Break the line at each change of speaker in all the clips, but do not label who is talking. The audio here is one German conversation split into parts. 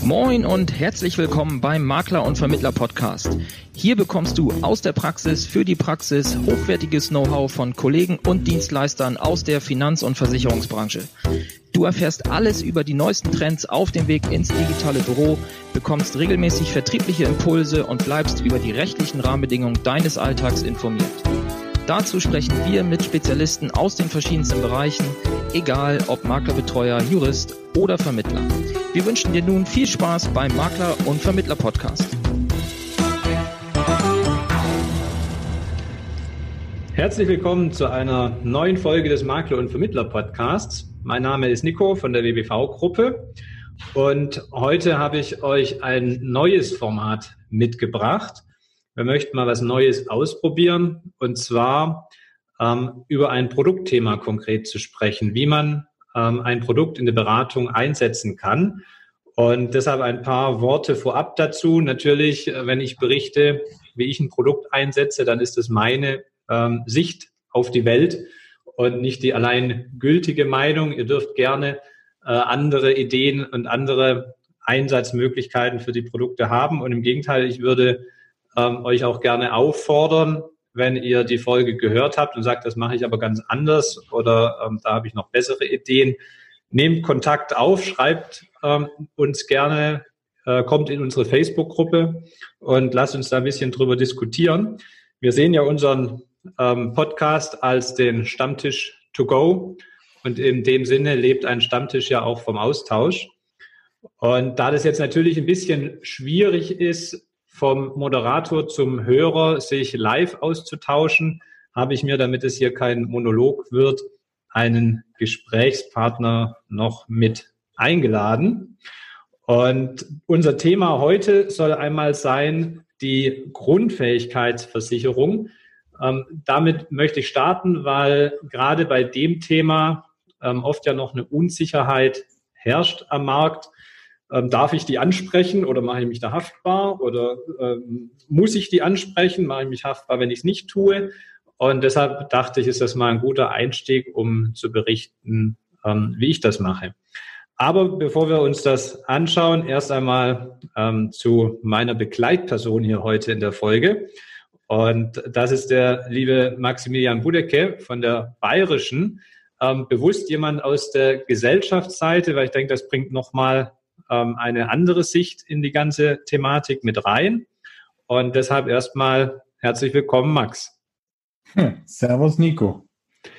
Moin und herzlich willkommen beim Makler und Vermittler Podcast. Hier bekommst du aus der Praxis für die Praxis hochwertiges Know-how von Kollegen und Dienstleistern aus der Finanz- und Versicherungsbranche. Du erfährst alles über die neuesten Trends auf dem Weg ins digitale Büro, bekommst regelmäßig vertriebliche Impulse und bleibst über die rechtlichen Rahmenbedingungen deines Alltags informiert. Dazu sprechen wir mit Spezialisten aus den verschiedensten Bereichen, egal ob Maklerbetreuer, Jurist oder Vermittler. Wir wünschen dir nun viel Spaß beim Makler- und Vermittler-Podcast.
Herzlich willkommen zu einer neuen Folge des Makler- und Vermittler-Podcasts. Mein Name ist Nico von der WBV-Gruppe und heute habe ich euch ein neues Format mitgebracht. Wir möchten mal was Neues ausprobieren und zwar über ein Produktthema konkret zu sprechen, wie man ein Produkt in der Beratung einsetzen kann. Und deshalb ein paar Worte vorab dazu. Natürlich, wenn ich berichte, wie ich ein Produkt einsetze, dann ist das meine Sicht auf die Welt und nicht die allein gültige Meinung. Ihr dürft gerne andere Ideen und andere Einsatzmöglichkeiten für die Produkte haben. Und im Gegenteil, ich würde euch auch gerne auffordern, wenn ihr die Folge gehört habt und sagt, das mache ich aber ganz anders oder da habe ich noch bessere Ideen. Nehmt Kontakt auf, schreibt uns gerne, kommt in unsere Facebook-Gruppe und lasst uns da ein bisschen drüber diskutieren. Wir sehen ja unseren Podcast als den Stammtisch to go und in dem Sinne lebt ein Stammtisch ja auch vom Austausch. Und da das jetzt natürlich ein bisschen schwierig ist, vom Moderator zum Hörer sich live auszutauschen, habe ich mir, damit es hier kein Monolog wird, einen Gesprächspartner noch mit eingeladen. Und unser Thema heute soll einmal sein, die Grundfähigkeitsversicherung. Damit möchte ich starten, weil gerade bei dem Thema oft ja noch eine Unsicherheit herrscht am Markt. Darf ich die ansprechen oder mache ich mich da haftbar oder muss ich die ansprechen, mache ich mich haftbar, wenn ich es nicht tue? Und deshalb dachte ich, ist das mal ein guter Einstieg, um zu berichten, wie ich das mache. Aber bevor wir uns das anschauen, erst einmal zu meiner Begleitperson hier heute in der Folge. Und das ist der liebe Maximilian Budecke von der Bayerischen. Bewusst jemand aus der Gesellschaftsseite, weil ich denke, das bringt nochmal eine andere Sicht in die ganze Thematik mit rein. Und deshalb erstmal herzlich willkommen, Max.
Servus, Nico.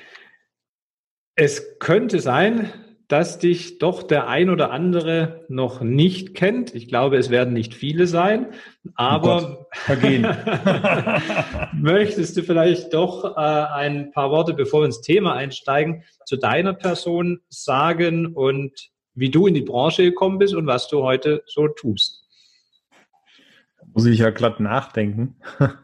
Es könnte sein, dass dich doch der ein oder andere noch nicht kennt. Ich glaube, es werden nicht viele sein, aber
vergehen.
Möchtest du vielleicht doch ein paar Worte, bevor wir ins Thema einsteigen, zu deiner Person sagen und wie du in die Branche gekommen bist und was du heute so tust?
Muss ich ja glatt nachdenken.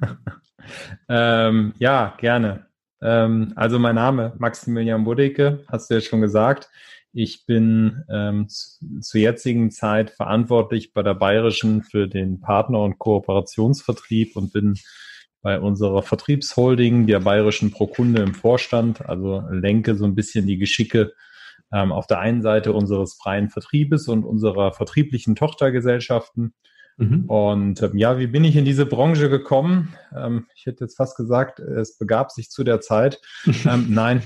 Ja, gerne. Also mein Name Maximilian Budecke, hast du ja schon gesagt. Ich bin zur jetzigen Zeit verantwortlich bei der Bayerischen für den Partner- und Kooperationsvertrieb und bin bei unserer Vertriebsholding der Bayerischen Pro Kunde im Vorstand, also lenke so ein bisschen die Geschicke auf der einen Seite unseres freien Vertriebes und unserer vertrieblichen Tochtergesellschaften. Mhm. Und ja, wie bin ich in diese Branche gekommen? Ich hätte jetzt fast gesagt, es begab sich zu der Zeit. Nein,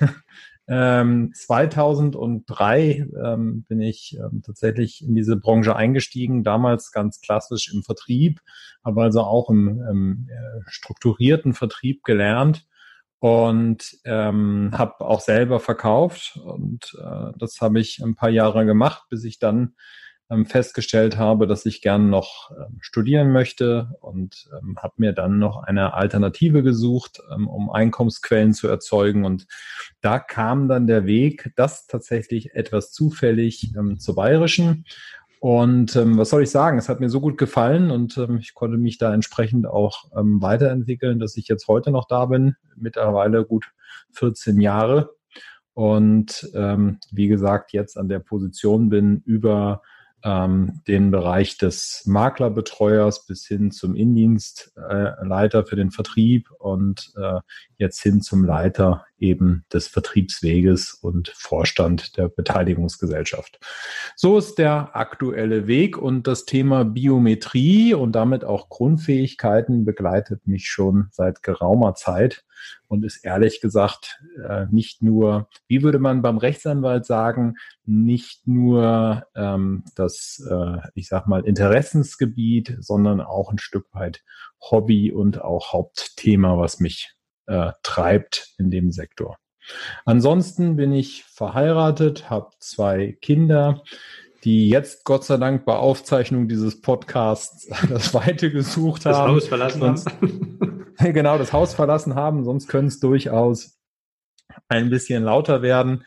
2003 bin ich tatsächlich in diese Branche eingestiegen, damals ganz klassisch im Vertrieb, aber also auch im strukturierten Vertrieb gelernt. Und habe auch selber verkauft und das habe ich ein paar Jahre gemacht, bis ich dann festgestellt habe, dass ich gern noch studieren möchte und habe mir dann noch eine Alternative gesucht, um Einkommensquellen zu erzeugen. Und da kam dann der Weg, das tatsächlich etwas zufällig zur Bayerischen. Und was soll ich sagen? Es hat mir so gut gefallen und ich konnte mich da entsprechend auch weiterentwickeln, dass ich jetzt heute noch da bin, mittlerweile gut 14 Jahre. Und wie gesagt, jetzt an der Position bin, über den Bereich des Maklerbetreuers bis hin zum Indienstleiter für den Vertrieb und jetzt hin zum Leiter eben des Vertriebsweges und Vorstand der Beteiligungsgesellschaft. So ist der aktuelle Weg, und das Thema Biometrie und damit auch Grundfähigkeiten begleitet mich schon seit geraumer Zeit und ist ehrlich gesagt nicht nur, wie würde man beim Rechtsanwalt sagen, nicht nur das, ich sag mal, Interessensgebiet, sondern auch ein Stück weit Hobby und auch Hauptthema, was mich treibt in dem Sektor. Ansonsten bin ich verheiratet, habe 2 Kinder, die jetzt Gott sei Dank bei Aufzeichnung dieses Podcasts das Weite gesucht haben.
Das Haus verlassen haben.
Genau, das Haus verlassen haben, sonst könnte es durchaus ein bisschen lauter werden.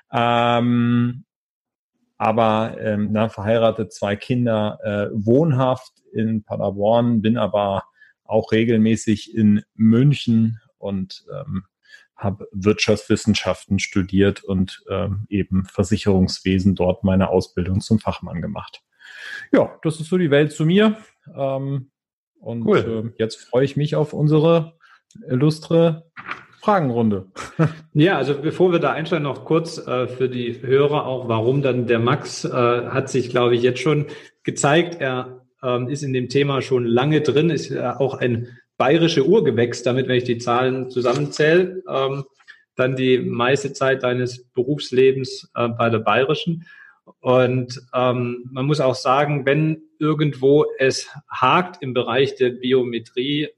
Verheiratet, 2 Kinder, wohnhaft in Paderborn, bin aber auch regelmäßig in München und habe Wirtschaftswissenschaften studiert und eben Versicherungswesen, dort meine Ausbildung zum Fachmann gemacht. Ja, das ist so die Welt zu mir. Cool. Jetzt freue ich mich auf unsere illustre Fragenrunde.
Ja, also bevor wir da einsteigen, noch kurz für die Hörer auch, warum dann der Max hat sich, glaube ich, jetzt schon gezeigt. Er ist in dem Thema schon lange drin, ist auch ein bayerische Urgewächs, damit, wenn ich die Zahlen zusammenzähle, dann die meiste Zeit deines Berufslebens bei der Bayerischen. Und man muss auch sagen, wenn irgendwo es hakt im Bereich der Biometrie,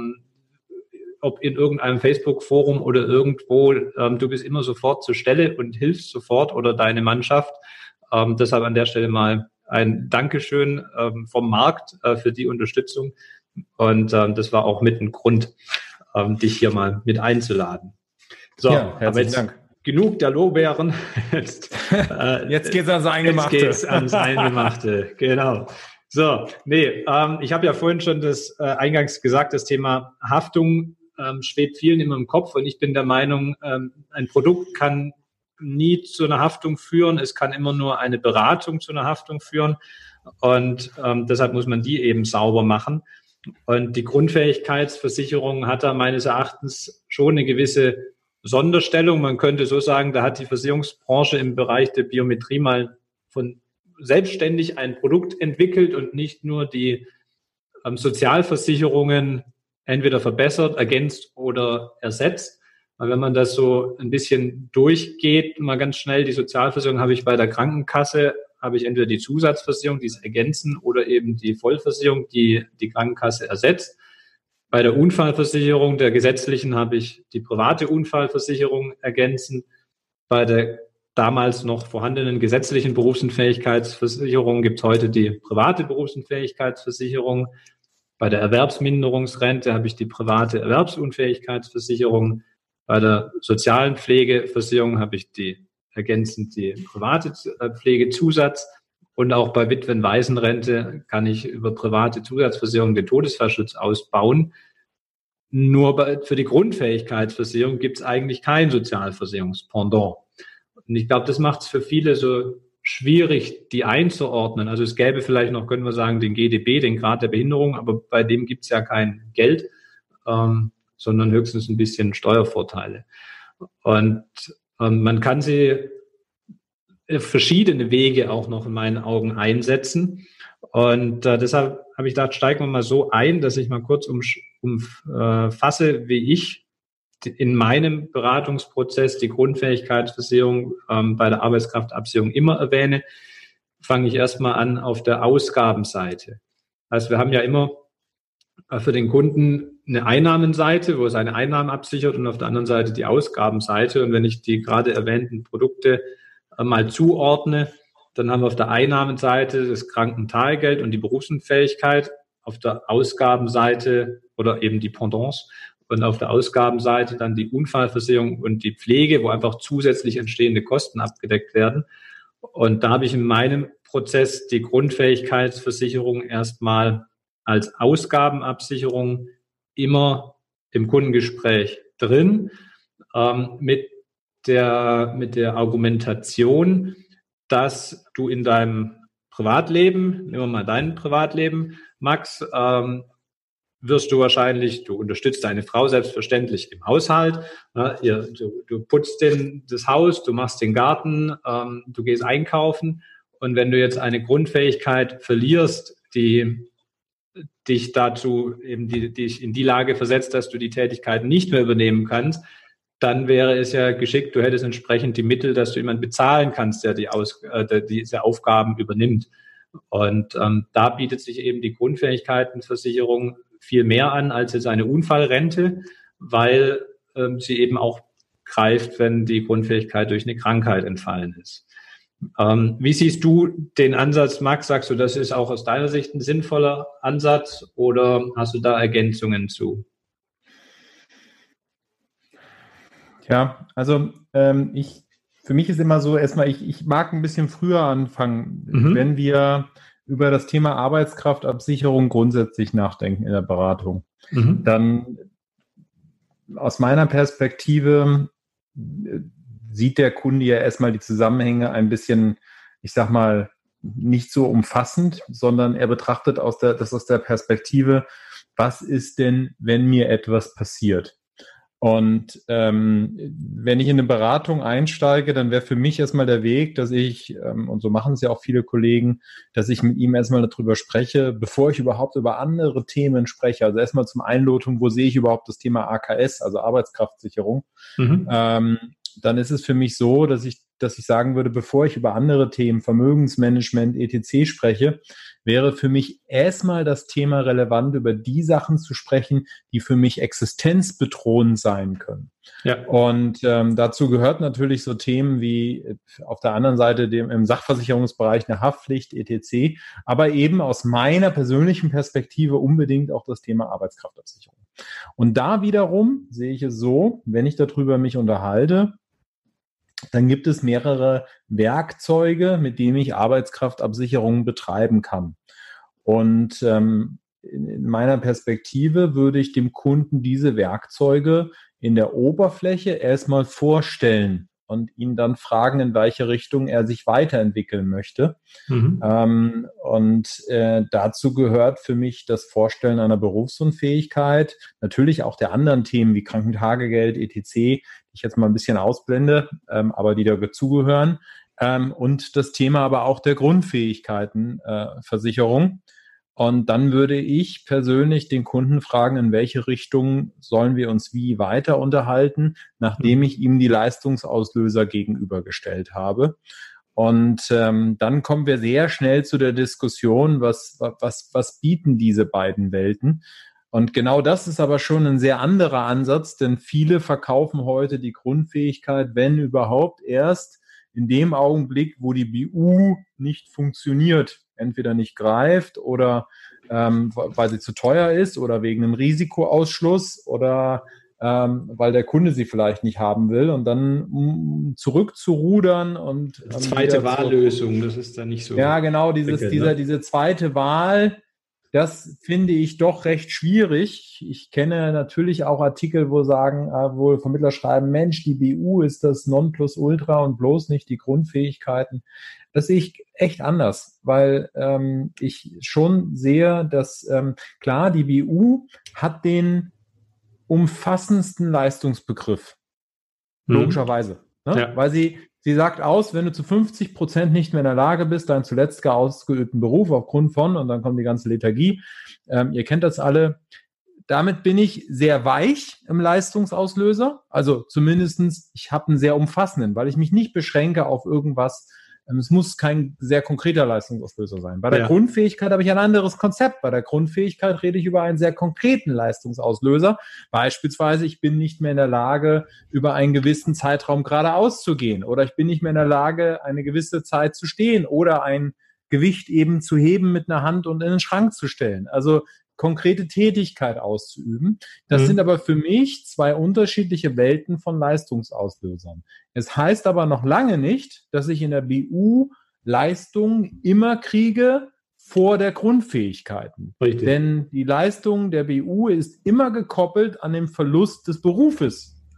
ob in irgendeinem Facebook-Forum oder irgendwo, du bist immer sofort zur Stelle und hilfst sofort oder deine Mannschaft. Deshalb an der Stelle mal ein Dankeschön vom Markt für die Unterstützung. Und das war auch mit ein Grund, dich hier mal mit einzuladen. So,
ja, herzlichen Dank.
Genug der Lorbeeren.
Jetzt geht's ans Eingemachte.
Jetzt geht's ans Eingemachte, genau. So, ich habe ja vorhin schon das eingangs gesagt, das Thema Haftung schwebt vielen immer im Kopf, und ich bin der Meinung, ein Produkt kann nie zu einer Haftung führen, es kann immer nur eine Beratung zu einer Haftung führen, und deshalb muss man die eben sauber machen. Und die Grundfähigkeitsversicherung hat da meines Erachtens schon eine gewisse Sonderstellung. Man könnte so sagen, da hat die Versicherungsbranche im Bereich der Biometrie mal von selbstständig ein Produkt entwickelt und nicht nur die Sozialversicherungen entweder verbessert, ergänzt oder ersetzt. Weil wenn man das so ein bisschen durchgeht, mal ganz schnell, die Sozialversicherung habe ich bei der Krankenkasse, habe ich entweder die Zusatzversicherung, die es ergänzen, oder eben die Vollversicherung, die die Krankenkasse ersetzt. Bei der Unfallversicherung, der gesetzlichen, habe ich die private Unfallversicherung ergänzen. Bei der damals noch vorhandenen gesetzlichen Berufsunfähigkeitsversicherung gibt es heute die private Berufsunfähigkeitsversicherung. Bei der Erwerbsminderungsrente habe ich die private Erwerbsunfähigkeitsversicherung. Bei der sozialen Pflegeversicherung habe ich ergänzend die private Pflegezusatz. Und auch bei Witwen-Waisenrente kann ich über private Zusatzversicherung den Todesfallschutz ausbauen. Nur für die Grundfähigkeitsversicherung gibt es eigentlich kein Sozialversicherungspendant. Und ich glaube, das macht es für viele so schwierig, die einzuordnen. Also es gäbe vielleicht noch, können wir sagen, den GDB, den Grad der Behinderung, aber bei dem gibt es ja kein Geld, sondern höchstens ein bisschen Steuervorteile. Und man kann sie verschiedene Wege auch noch in meinen Augen einsetzen. Und deshalb habe ich gedacht, steigen wir mal so ein, dass ich mal kurz umfasse, wie ich in meinem Beratungsprozess die Grundfähigkeitsversicherung bei der Arbeitskraftabsicherung immer erwähne. Fange ich erstmal an auf der Ausgabenseite. Also wir haben ja immer für den Kunden eine Einnahmenseite, wo er seine Einnahmen absichert, und auf der anderen Seite die Ausgabenseite. Und wenn ich die gerade erwähnten Produkte mal zuordne, dann haben wir auf der Einnahmenseite das Krankentagegeld und die Berufsunfähigkeit, auf der Ausgabenseite oder eben die Pendants, und auf der Ausgabenseite dann die Unfallversicherung und die Pflege, wo einfach zusätzlich entstehende Kosten abgedeckt werden. Und da habe ich in meinem Prozess die Grundfähigkeitsversicherung erstmal als Ausgabenabsicherung immer im Kundengespräch drin, mit der Argumentation, dass du in deinem Privatleben, nehmen wir mal dein Privatleben, Max, wirst du wahrscheinlich, du unterstützt deine Frau selbstverständlich im Haushalt, du putzt das Haus, du machst den Garten, du gehst einkaufen, und wenn du jetzt eine Grundfähigkeit verlierst, die dich dazu eben dich in die Lage versetzt, dass du die Tätigkeit nicht mehr übernehmen kannst, dann wäre es ja geschickt, du hättest entsprechend die Mittel, dass du jemanden bezahlen kannst, der diese Aufgaben übernimmt. Und da bietet sich eben die Grundfähigkeitenversicherung viel mehr an als jetzt eine Unfallrente, weil sie eben auch greift, wenn die Grundfähigkeit durch eine Krankheit entfallen ist. Wie siehst du den Ansatz, Max? Sagst du, das ist auch aus deiner Sicht ein sinnvoller Ansatz, oder hast du da Ergänzungen zu?
Ja, also für mich ist immer so, erstmal, ich mag ein bisschen früher anfangen, wenn wir über das Thema Arbeitskraftabsicherung grundsätzlich nachdenken in der Beratung. Dann aus meiner Perspektive sieht der Kunde ja erstmal die Zusammenhänge ein bisschen, ich sag mal, nicht so umfassend, sondern er betrachtet das aus der Perspektive, was ist denn, wenn mir etwas passiert? Und wenn ich in eine Beratung einsteige, dann wäre für mich erstmal der Weg, dass ich, und so machen es ja auch viele Kollegen, dass ich mit ihm erstmal darüber spreche, bevor ich überhaupt über andere Themen spreche. Also erstmal zum Einlotung, wo sehe ich überhaupt das Thema AKS, also Arbeitskraftsicherung. Dann ist es für mich so, dass ich sagen würde, bevor ich über andere Themen, Vermögensmanagement, etc. spreche, wäre für mich erstmal das Thema relevant, über die Sachen zu sprechen, die für mich existenzbedrohend sein können. Ja. Und dazu gehört natürlich so Themen wie auf der anderen Seite im Sachversicherungsbereich eine Haftpflicht, etc., aber eben aus meiner persönlichen Perspektive unbedingt auch das Thema Arbeitskraftabsicherung. Und da wiederum sehe ich es so, wenn ich darüber mich unterhalte, dann gibt es mehrere Werkzeuge, mit denen ich Arbeitskraftabsicherung betreiben kann. Und in meiner Perspektive würde ich dem Kunden diese Werkzeuge in der Oberfläche erstmal vorstellen und ihn dann fragen, in welche Richtung er sich weiterentwickeln möchte. Dazu gehört für mich das Vorstellen einer Berufsunfähigkeit, natürlich auch der anderen Themen wie Krankentagegeld, etc., die ich jetzt mal ein bisschen ausblende, aber die dazugehören, und das Thema aber auch der Grundfähigkeitenversicherung. Und dann würde ich persönlich den Kunden fragen, in welche Richtung sollen wir uns wie weiter unterhalten, nachdem ich ihm die Leistungsauslöser gegenübergestellt habe. Und dann kommen wir sehr schnell zu der Diskussion, was bieten diese beiden Welten? Und genau das ist aber schon ein sehr anderer Ansatz, denn viele verkaufen heute die Grundfähigkeit, wenn überhaupt, erst in dem Augenblick, wo die BU nicht funktioniert, entweder nicht greift oder weil sie zu teuer ist oder wegen einem Risikoausschluss oder weil der Kunde sie vielleicht nicht haben will, und dann zurückzurudern und
zweite Wahllösung, das ist dann nicht so.
Ja, genau, diese zweite Wahl, das finde ich doch recht schwierig. Ich kenne natürlich auch Artikel, wo Vermittler schreiben, Mensch, die BU ist das Nonplusultra und bloß nicht die Grundfähigkeiten. Das sehe ich echt anders, weil ich schon sehe, dass klar, die BU hat den umfassendsten Leistungsbegriff, logischerweise. Ne? Ja. Weil sie sagt aus, wenn du zu 50% nicht mehr in der Lage bist, deinen zuletzt ausgeübten Beruf aufgrund von, und dann kommt die ganze Lethargie, ihr kennt das alle, damit bin ich sehr weich im Leistungsauslöser, also zumindestens ich habe einen sehr umfassenden, weil ich mich nicht beschränke auf irgendwas. Es muss kein sehr konkreter Leistungsauslöser sein. Bei der Grundfähigkeit habe ich ein anderes Konzept. Bei der Grundfähigkeit rede ich über einen sehr konkreten Leistungsauslöser. Beispielsweise, ich bin nicht mehr in der Lage, über einen gewissen Zeitraum geradeaus zu gehen. Oder ich bin nicht mehr in der Lage, eine gewisse Zeit zu stehen. Oder ein Gewicht eben zu heben mit einer Hand und in den Schrank zu stellen. Also konkrete Tätigkeit auszuüben. Das sind aber für mich zwei unterschiedliche Welten von Leistungsauslösern. Es heißt aber noch lange nicht, dass ich in der BU Leistung immer kriege vor der Grundfähigkeiten. Richtig. Denn die Leistung der BU ist immer gekoppelt an den Verlust des Berufes.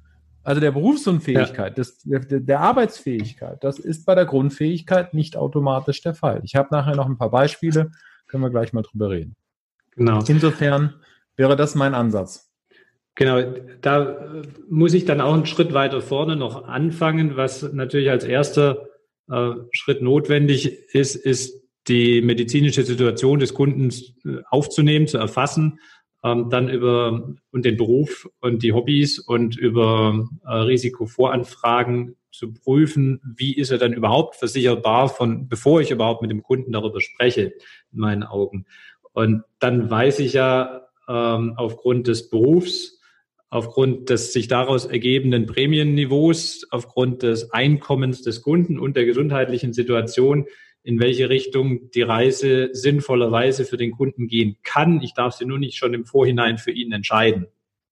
also der Berufsunfähigkeit, der Arbeitsfähigkeit, das ist bei der Grundfähigkeit nicht automatisch der Fall. Ich habe nachher noch ein paar Beispiele, können wir gleich mal drüber reden.
Genau.
Insofern wäre das mein Ansatz.
Genau, da muss ich dann auch einen Schritt weiter vorne noch anfangen. Was natürlich als erster Schritt notwendig ist die medizinische Situation des Kunden aufzunehmen, zu erfassen, dann und den Beruf und die Hobbys und über Risikovoranfragen zu prüfen, wie ist er dann überhaupt versicherbar, bevor ich überhaupt mit dem Kunden darüber spreche, in meinen Augen. Und dann weiß ich ja aufgrund des Berufs, aufgrund des sich daraus ergebenden Prämienniveaus, aufgrund des Einkommens des Kunden und der gesundheitlichen Situation, in welche Richtung die Reise sinnvollerweise für den Kunden gehen kann. Ich darf sie nur nicht schon im Vorhinein für ihn entscheiden.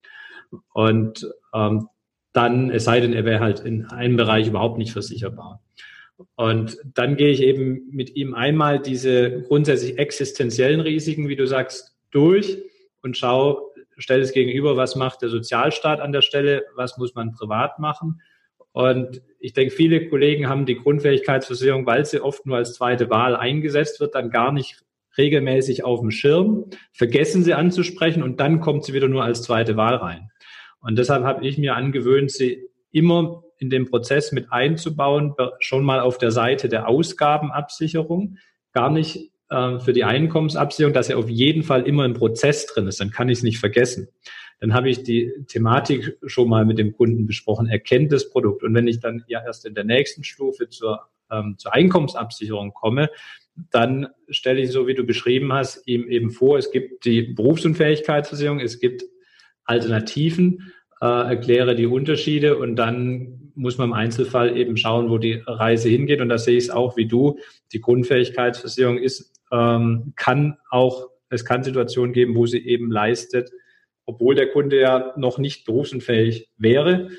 Und dann, es sei denn, er wäre halt in einem Bereich überhaupt nicht versicherbar. Und dann gehe ich eben mit ihm einmal diese grundsätzlich existenziellen Risiken, wie du sagst, durch und stelle es gegenüber, was macht der Sozialstaat an der Stelle, was muss man privat machen. Und ich denke, viele Kollegen haben die Grundfähigkeitsversicherung, weil sie oft nur als zweite Wahl eingesetzt wird, dann gar nicht regelmäßig auf dem Schirm, vergessen sie anzusprechen und dann kommt sie wieder nur als zweite Wahl rein. Und deshalb habe ich mir angewöhnt, sie immer in den Prozess mit einzubauen, schon mal auf der Seite der Ausgabenabsicherung, gar nicht für die Einkommensabsicherung, dass er auf jeden Fall immer im Prozess drin ist, dann kann ich es nicht vergessen. Dann habe ich die Thematik schon mal mit dem Kunden besprochen, er kennt das Produkt. Und wenn ich dann ja erst in der nächsten Stufe zur Einkommensabsicherung komme, dann stelle ich, so wie du beschrieben hast, ihm eben vor, es gibt die Berufsunfähigkeitsversicherung, es gibt Alternativen, erkläre die Unterschiede und dann muss man im Einzelfall eben schauen, wo die Reise hingeht. Und da sehe ich es auch wie du. Die Grundfähigkeitsversicherung kann Situationen geben, wo sie eben leistet, obwohl der Kunde ja noch nicht berufsunfähig wäre.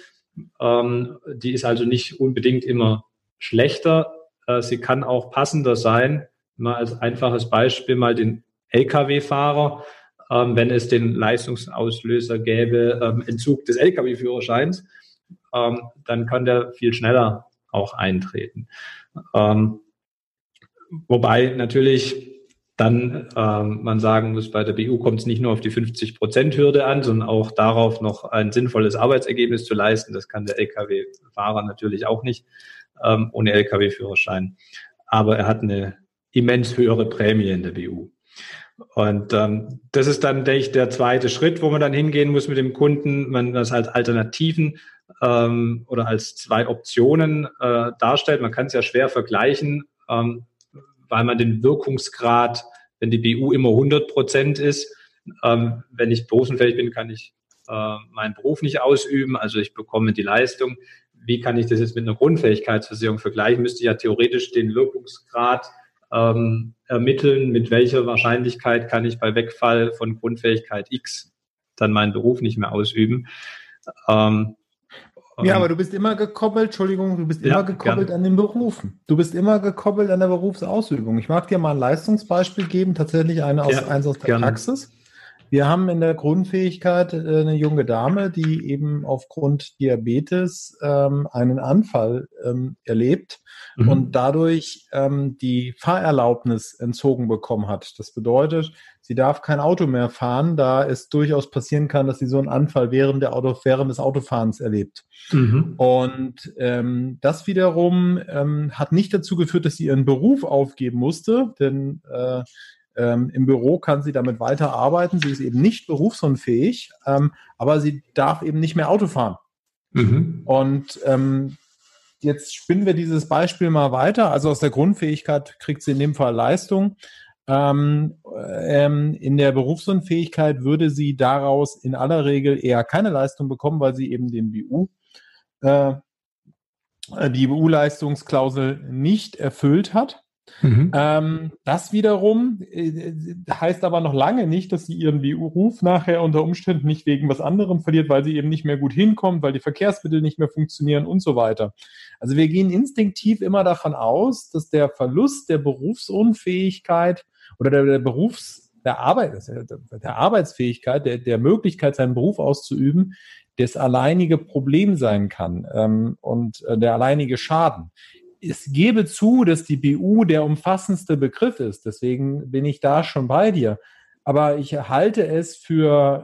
Die ist also nicht unbedingt immer schlechter. Sie kann auch passender sein. Mal als einfaches Beispiel mal den Lkw-Fahrer. Wenn es den Leistungsauslöser gäbe, Entzug des Lkw-Führerscheins, dann kann der viel schneller auch eintreten. Wobei natürlich dann man sagen muss, bei der BU kommt es nicht nur auf die 50%-Hürde an, sondern auch darauf, noch ein sinnvolles Arbeitsergebnis zu leisten. Das kann der Lkw-Fahrer natürlich auch nicht ohne Lkw-Führerschein. Aber er hat eine immens höhere Prämie in der BU. Und das ist dann, denke ich, der zweite Schritt, wo man dann hingehen muss mit dem Kunden, man das als Alternativen oder als zwei Optionen darstellt. Man kann es ja schwer vergleichen, weil man den Wirkungsgrad, wenn die BU immer 100% ist, wenn ich berufsunfähig bin, kann ich meinen Beruf nicht ausüben, also ich bekomme die Leistung. Wie kann ich das jetzt mit einer Grundfähigkeitsversicherung vergleichen? Müsste ich ja theoretisch den Wirkungsgrad ermitteln, mit welcher Wahrscheinlichkeit kann ich bei Wegfall von Grundfähigkeit X dann meinen Beruf nicht mehr ausüben.
Ja, aber du bist immer gekoppelt, gekoppelt an den Berufen. Du bist immer gekoppelt an der Berufsausübung. Ich mag dir mal ein Leistungsbeispiel geben, tatsächlich eins aus der Praxis. Wir haben in der Grundfähigkeit eine junge Dame, die eben aufgrund Diabetes einen Anfall erlebt und dadurch die Fahrerlaubnis entzogen bekommen hat. Das bedeutet, sie darf kein Auto mehr fahren, da es durchaus passieren kann, dass sie so einen Anfall während des Autofahrens erlebt. Und das wiederum hat nicht dazu geführt, dass sie ihren Beruf aufgeben musste, denn im Büro kann sie damit weiterarbeiten. Sie ist eben nicht berufsunfähig, aber sie darf eben nicht mehr Auto fahren. Und jetzt spinnen wir dieses Beispiel mal weiter. Also aus der Grundfähigkeit kriegt sie in dem Fall Leistung. In der Berufsunfähigkeit würde sie daraus in aller Regel eher keine Leistung bekommen, weil sie eben die BU-Leistungsklausel nicht erfüllt hat. Das wiederum heißt aber noch lange nicht, dass sie ihren BU-Ruf nachher unter Umständen nicht wegen was anderem verliert, weil sie eben nicht mehr gut hinkommt, weil die Verkehrsmittel nicht mehr funktionieren und so weiter. Also wir gehen instinktiv immer davon aus, dass der Verlust der Berufsunfähigkeit oder der Arbeitsfähigkeit, der Möglichkeit, seinen Beruf auszuüben, das alleinige Problem sein kann und der alleinige Schaden. Es gebe zu, dass die BU der umfassendste Begriff ist. Deswegen bin ich da schon bei dir. Aber ich halte es für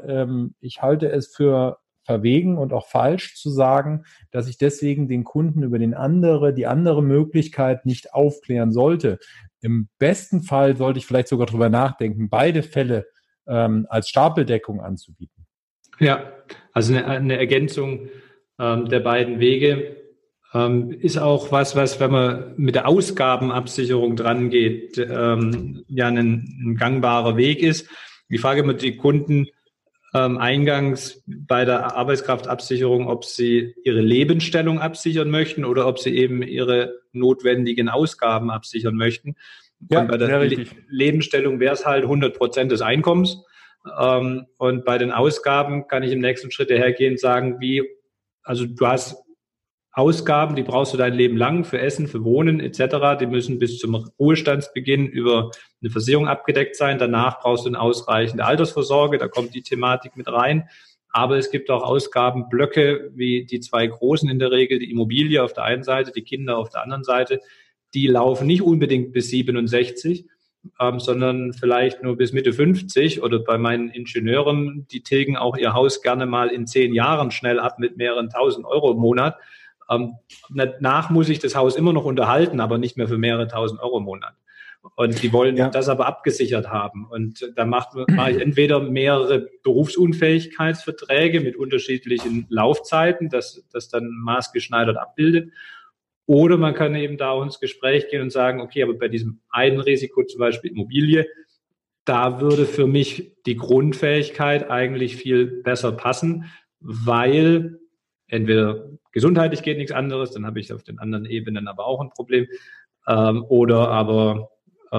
verwegen und auch falsch zu sagen, dass ich deswegen den Kunden über die andere Möglichkeit nicht aufklären sollte. Im besten Fall sollte ich vielleicht sogar drüber nachdenken, beide Fälle als Stapeldeckung anzubieten.
Ja, also eine Ergänzung der beiden Wege ist auch was, wenn man mit der Ausgabenabsicherung dran geht, ja ein gangbarer Weg ist. Die Frage mit die Kunden eingangs bei der Arbeitskraftabsicherung, ob sie ihre Lebensstellung absichern möchten oder ob sie eben ihre notwendigen Ausgaben absichern möchten.
Ja,
und bei der Lebensstellung wäre es halt 100% des Einkommens. Und bei den Ausgaben kann ich im nächsten Schritt hergehen und sagen, also du hast Ausgaben, die brauchst du dein Leben lang für Essen, für Wohnen etc. Die müssen bis zum Ruhestandsbeginn über eine Versicherung abgedeckt sein. Danach brauchst du eine ausreichende Altersvorsorge, da kommt die Thematik mit rein. Aber es gibt auch Ausgabenblöcke, wie die zwei großen in der Regel, die Immobilie auf der einen Seite, die Kinder auf der anderen Seite. Die laufen nicht unbedingt bis 67, sondern vielleicht nur bis Mitte 50. Oder bei meinen Ingenieuren, die tilgen auch ihr Haus gerne mal in 10 Jahren schnell ab mit mehreren 1.000 Euro im Monat. Danach muss ich das Haus immer noch unterhalten, aber nicht mehr für mehrere 1.000 Euro im Monat. Und die wollen das aber abgesichert haben. Und da mache ich entweder mehrere Berufsunfähigkeitsverträge mit unterschiedlichen Laufzeiten, das dann maßgeschneidert abbildet. Oder man kann eben da auch ins Gespräch gehen und sagen, okay, aber bei diesem einen Risiko, zum Beispiel Immobilie, da würde für mich die Grundfähigkeit eigentlich viel besser passen, weil entweder gesundheitlich geht nichts anderes, dann habe ich auf den anderen Ebenen aber auch ein Problem, oder aber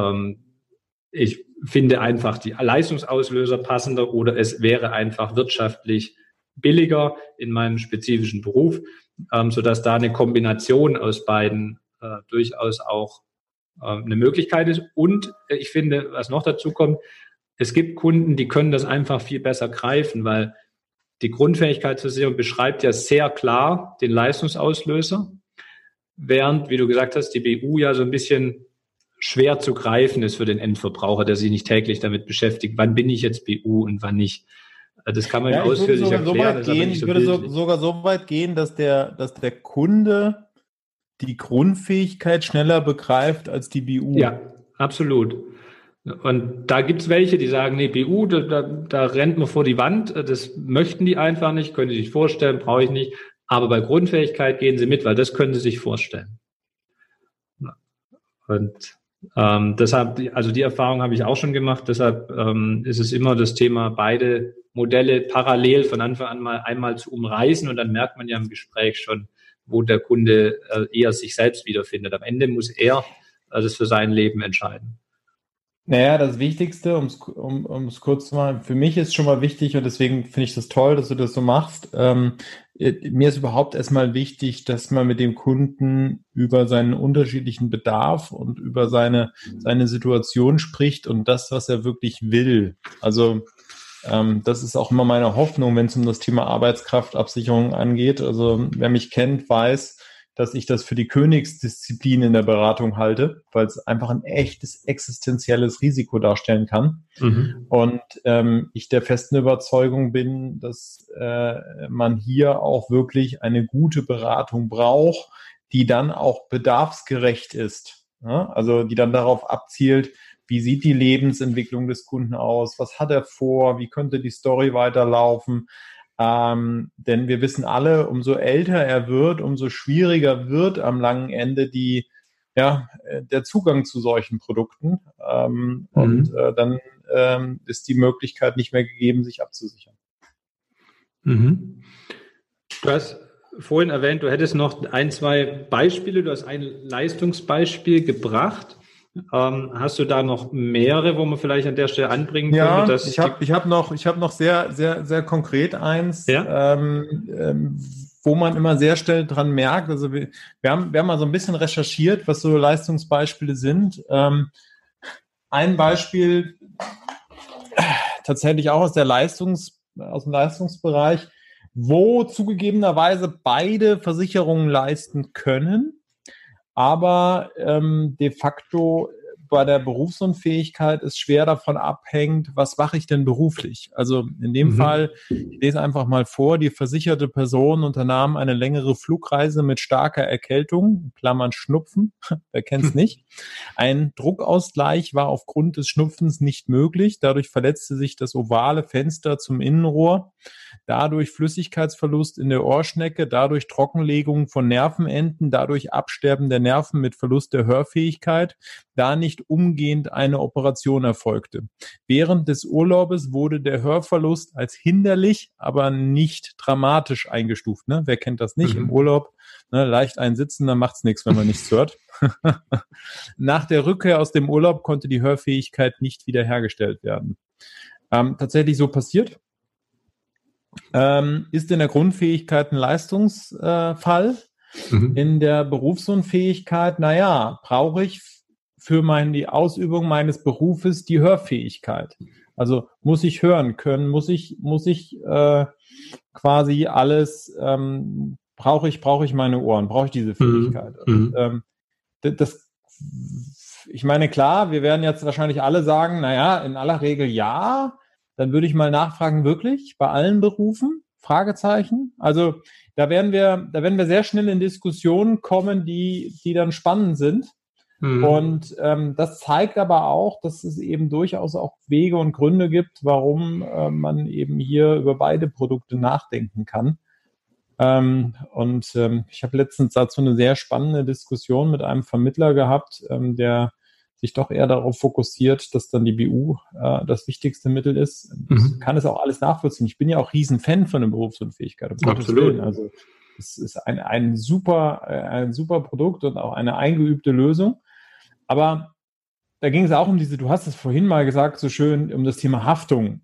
ich finde einfach die Leistungsauslöser passender oder es wäre einfach wirtschaftlich billiger in meinem spezifischen Beruf, sodass da eine Kombination aus beiden durchaus auch eine Möglichkeit ist. Und ich finde, was noch dazu kommt, es gibt Kunden, die können das einfach viel besser greifen, weil die Grundfähigkeitsversicherung beschreibt ja sehr klar den Leistungsauslöser, während, wie du gesagt hast, die BU ja so ein bisschen schwer zu greifen ist für den Endverbraucher, der sich nicht täglich damit beschäftigt, wann bin ich jetzt BU und wann nicht. Das kann man ausführlich erklären.
Ich würde sogar so weit gehen, dass der Kunde die Grundfähigkeit schneller begreift als die BU.
Ja, absolut. Und da gibt's welche, die sagen, nee, BU, da rennt man vor die Wand, das möchten die einfach nicht, können sie sich vorstellen, brauche ich nicht. Aber bei Grundfähigkeit gehen sie mit, weil das können sie sich vorstellen. Und deshalb, also die Erfahrung habe ich auch schon gemacht, deshalb ist es immer das Thema, beide Modelle parallel von Anfang an einmal zu umreißen und dann merkt man ja im Gespräch schon, wo der Kunde eher sich selbst wiederfindet. Am Ende muss er das für sein Leben entscheiden.
Naja, das Wichtigste, um es kurz zu machen, für mich ist schon mal wichtig und deswegen finde ich das toll, dass du das so machst. Mir ist überhaupt erstmal wichtig, dass man mit dem Kunden über seinen unterschiedlichen Bedarf und über seine Situation spricht und das, was er wirklich will. Also das ist auch immer meine Hoffnung, wenn es um das Thema Arbeitskraftabsicherung angeht. Also wer mich kennt, weiß, dass ich das für die Königsdisziplin in der Beratung halte, weil es einfach ein echtes existenzielles Risiko darstellen kann. Mhm. Und ich der festen Überzeugung bin, dass man hier auch wirklich eine gute Beratung braucht, die dann auch bedarfsgerecht ist. Ja? Also die dann darauf abzielt, wie sieht die Lebensentwicklung des Kunden aus, was hat er vor, wie könnte die Story weiterlaufen. Denn wir wissen alle, umso älter er wird, umso schwieriger wird am langen Ende der Zugang zu solchen Produkten. Und dann ist die Möglichkeit nicht mehr gegeben, sich abzusichern.
Mhm. Du hast vorhin erwähnt, du hättest noch 1, 2 Beispiele, du hast ein Leistungsbeispiel gebracht. Hast du da noch mehrere, wo man vielleicht an der Stelle anbringen könnte?
Ja, ich hab noch sehr, sehr, sehr konkret eins, wo man immer sehr schnell dran merkt. Also wir haben mal so ein bisschen recherchiert, was so Leistungsbeispiele sind. Ein Beispiel tatsächlich auch aus dem Leistungsbereich. wo zugegebenerweise beide Versicherungen leisten können, aber de facto bei der Berufsunfähigkeit es schwer davon abhängt, was mache ich denn beruflich? Also in dem Fall, ich lese einfach mal vor, die versicherte Person unternahm eine längere Flugreise mit starker Erkältung, Klammern Schnupfen, wer kennt's nicht. Ein Druckausgleich war aufgrund des Schnupfens nicht möglich, dadurch verletzte sich das ovale Fenster zum Innenrohr, dadurch Flüssigkeitsverlust in der Ohrschnecke, dadurch Trockenlegung von Nervenenden, dadurch Absterben der Nerven mit Verlust der Hörfähigkeit, da nicht umgehend eine Operation erfolgte. Während des Urlaubes wurde der Hörverlust als hinderlich, aber nicht dramatisch eingestuft. Ne? Wer kennt das nicht? Im Urlaub, ne, leicht einsitzen, dann macht's nichts, wenn man nichts hört. Nach der Rückkehr aus dem Urlaub konnte die Hörfähigkeit nicht wiederhergestellt werden. Tatsächlich so passiert. Ist in der Grundfähigkeit ein Leistungsfall. In der Berufsunfähigkeit, brauche ich für die Ausübung meines Berufes die Hörfähigkeit. Also muss ich hören können, muss ich quasi alles, brauche ich meine Ohren, brauche ich diese Fähigkeit. Und, ich meine, klar, wir werden jetzt wahrscheinlich alle sagen, in aller Regel ja. Dann würde ich mal nachfragen, wirklich, bei allen Berufen? Fragezeichen. Also da werden wir sehr schnell in Diskussionen kommen, die dann spannend sind. Und das zeigt aber auch, dass es eben durchaus auch Wege und Gründe gibt, warum man eben hier über beide Produkte nachdenken kann. Ich habe letztens dazu eine sehr spannende Diskussion mit einem Vermittler gehabt, der sich doch eher darauf fokussiert, dass dann die BU das wichtigste Mittel ist. Ich kann es auch alles nachvollziehen. Ich bin ja auch Riesenfan von der Berufsunfähigkeit.
Absolut.
Also es ist ein super Produkt und auch eine eingeübte Lösung. Aber da ging es auch um du hast es vorhin mal gesagt, so schön, um das Thema Haftung.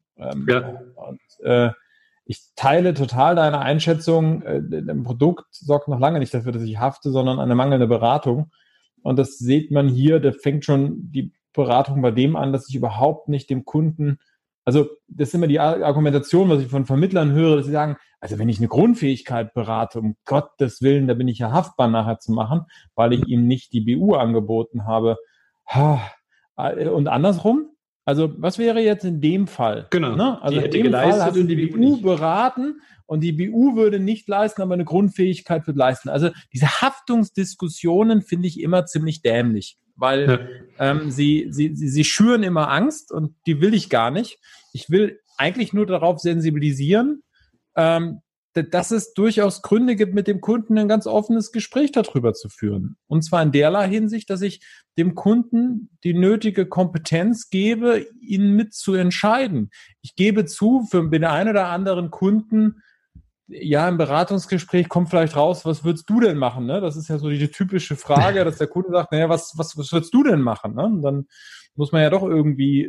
Ich teile total deine Einschätzung. Ein Produkt sorgt noch lange nicht dafür, dass ich hafte, sondern eine mangelnde Beratung. Und das sieht man hier, da fängt schon die Beratung bei dem an, dass ich überhaupt nicht dem Kunden, also das ist immer die Argumentation, was ich von Vermittlern höre, dass sie sagen, also wenn ich eine Grundfähigkeit berate, um Gottes Willen, da bin ich ja haftbar nachher zu machen, weil ich ihm nicht die BU angeboten habe. Und andersrum, also was wäre jetzt in dem Fall?
Genau,
ne? Also
die hätte
in dem
geleistet
Fall hast du
und
die
die
BU beraten und die BU würde nicht leisten, aber eine Grundfähigkeit wird leisten. Also diese Haftungsdiskussionen finde ich immer ziemlich dämlich, weil sie schüren immer Angst und die will ich gar nicht. Ich will eigentlich nur darauf sensibilisieren, dass es durchaus Gründe gibt, mit dem Kunden ein ganz offenes Gespräch darüber zu führen. Und zwar in derlei Hinsicht, dass ich dem Kunden die nötige Kompetenz gebe, ihn mit zu entscheiden. Ich gebe zu, für den einen oder anderen Kunden, im Beratungsgespräch kommt vielleicht raus, was würdest du denn machen? Ne? Das ist ja so die typische Frage, dass der Kunde sagt, was würdest du denn machen? Ne? Und dann muss man ja doch irgendwie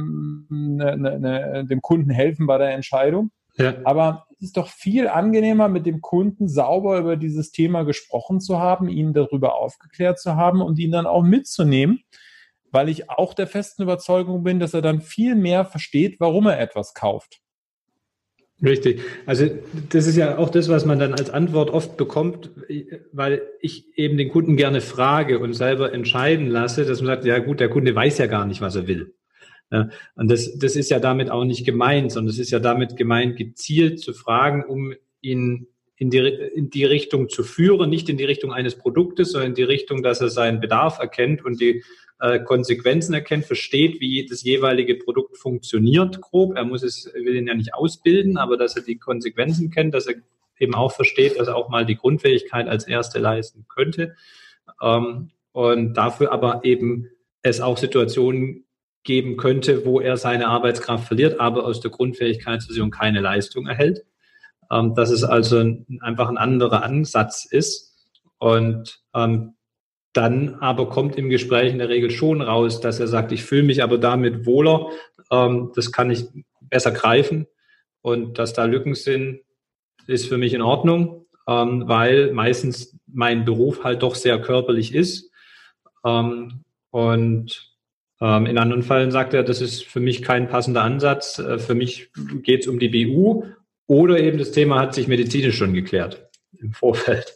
dem Kunden helfen bei der Entscheidung. Ja. Aber es ist doch viel angenehmer, mit dem Kunden sauber über dieses Thema gesprochen zu haben, ihn darüber aufgeklärt zu haben und ihn dann auch mitzunehmen, weil ich auch der festen Überzeugung bin, dass er dann viel mehr versteht, warum er etwas kauft.
Richtig. Also das ist ja auch das, was man dann als Antwort oft bekommt, weil ich eben den Kunden gerne frage und selber entscheiden lasse, dass man sagt, ja gut, der Kunde weiß ja gar nicht, was er will. Ja, und das ist ja damit auch nicht gemeint, sondern es ist ja damit gemeint, gezielt zu fragen, um ihn in die Richtung zu führen, nicht in die Richtung eines Produktes, sondern in die Richtung, dass er seinen Bedarf erkennt und die Konsequenzen erkennt, versteht, wie das jeweilige Produkt funktioniert, grob. Will ihn ja nicht ausbilden, aber dass er die Konsequenzen kennt, dass er eben auch versteht, dass er auch mal die Grundfähigkeit als erste leisten könnte. Und dafür aber eben es auch Situationen geben könnte, wo er seine Arbeitskraft verliert, aber aus der Grundfähigkeitsversicherung keine Leistung erhält. Dass es also einfach ein anderer Ansatz ist. Und dann aber kommt im Gespräch in der Regel schon raus, dass er sagt, ich fühle mich aber damit wohler, das kann ich besser greifen. Und dass da Lücken sind, ist für mich in Ordnung, weil meistens mein Beruf halt doch sehr körperlich ist. In anderen Fällen sagt er, das ist für mich kein passender Ansatz. Für mich geht es um die BU Oder eben das Thema hat sich medizinisch schon geklärt im Vorfeld.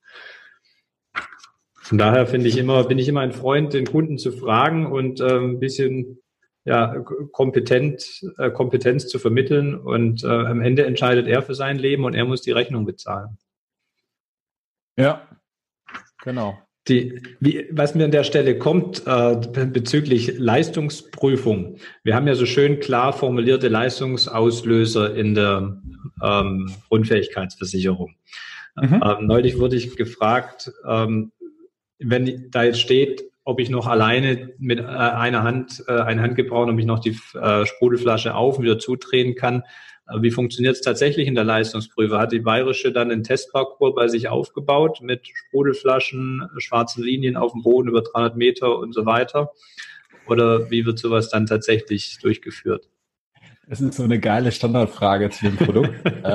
Von daher bin ich immer ein Freund, den Kunden zu fragen und ein bisschen Kompetenz zu vermitteln. Und am Ende entscheidet er für sein Leben und er muss die Rechnung bezahlen.
Ja, genau.
Was mir an der Stelle kommt bezüglich Leistungsprüfung. Wir haben ja so schön klar formulierte Leistungsauslöser in der Unfähigkeitsversicherung. Neulich wurde ich gefragt, wenn da jetzt steht, ob ich noch alleine mit einer Hand ein Handgebrauch, ob ich noch die Sprudelflasche auf und wieder zudrehen kann. Wie funktioniert es tatsächlich in der Leistungsprüfung? Hat die Bayerische dann einen Testparcours bei sich aufgebaut mit Sprudelflaschen, schwarzen Linien auf dem Boden über 300 Meter und so weiter? Oder wie wird sowas dann tatsächlich durchgeführt?
Das ist so eine geile Standardfrage zu dem Produkt.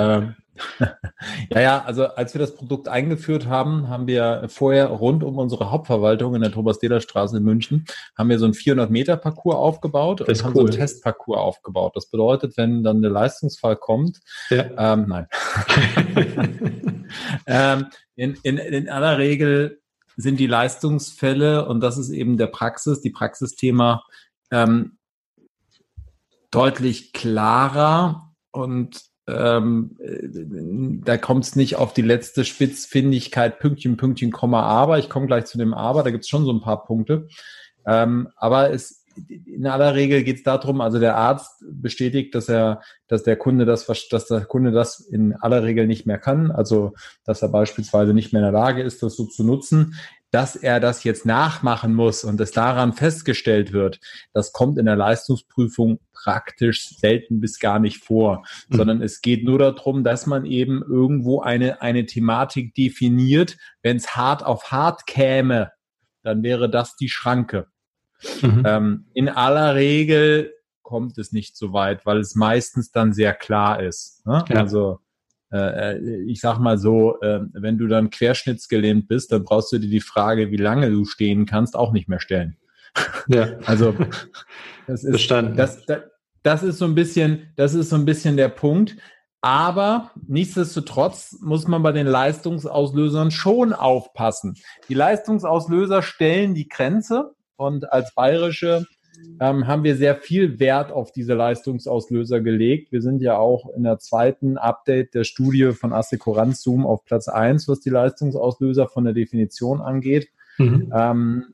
Also als wir das Produkt eingeführt haben, haben wir vorher rund um unsere Hauptverwaltung in der Thomas-Dehler-Straße in München, haben wir so einen 400-Meter-Parcours aufgebaut und haben so einen Testparcours aufgebaut. Das bedeutet, wenn dann der Leistungsfall kommt, nein. In aller Regel sind die Leistungsfälle, und das ist eben die Praxisthema, deutlich klarer und da kommt es nicht auf die letzte Spitzfindigkeit, Pünktchen, Pünktchen, Komma, aber. Ich komme gleich zu dem Aber, da gibt es schon so ein paar Punkte. Aber in aller Regel geht es darum, also der Arzt bestätigt, dass der Kunde das in aller Regel nicht mehr kann, also dass er beispielsweise nicht mehr in der Lage ist, das so zu nutzen. Dass er das jetzt nachmachen muss und es daran festgestellt wird, das kommt in der Leistungsprüfung praktisch selten bis gar nicht vor, sondern es geht nur darum, dass man eben irgendwo eine Thematik definiert. Wenn es hart auf hart käme, dann wäre das die Schranke. In aller Regel kommt es nicht so weit, weil es meistens dann sehr klar ist. Ne? Ja. Also ich sag mal so, wenn du dann querschnittsgelähmt bist, dann brauchst du dir die Frage, wie lange du stehen kannst, auch nicht mehr stellen. Ja. Also das ist verstanden. Das ist so ein bisschen der Punkt. Aber nichtsdestotrotz muss man bei den Leistungsauslösern schon aufpassen. Die Leistungsauslöser stellen die Grenze und als Bayerische haben wir sehr viel Wert auf diese Leistungsauslöser gelegt. Wir sind ja auch in der zweiten Update der Studie von Assekuranz-Zoom auf Platz 1, was die Leistungsauslöser von der Definition angeht. Da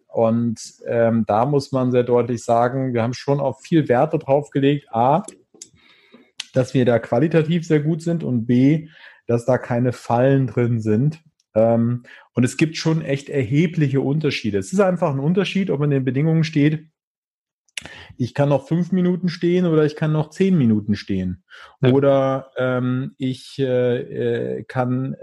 muss man sehr deutlich sagen, wir haben schon auch viel Wert darauf gelegt, A, dass wir da qualitativ sehr gut sind und B, dass da keine Fallen drin sind. Und es gibt schon echt erhebliche Unterschiede. Es ist einfach ein Unterschied, ob in den Bedingungen steht, ich kann noch 5 Minuten stehen oder ich kann noch 10 Minuten stehen. Ja. Oder ich kann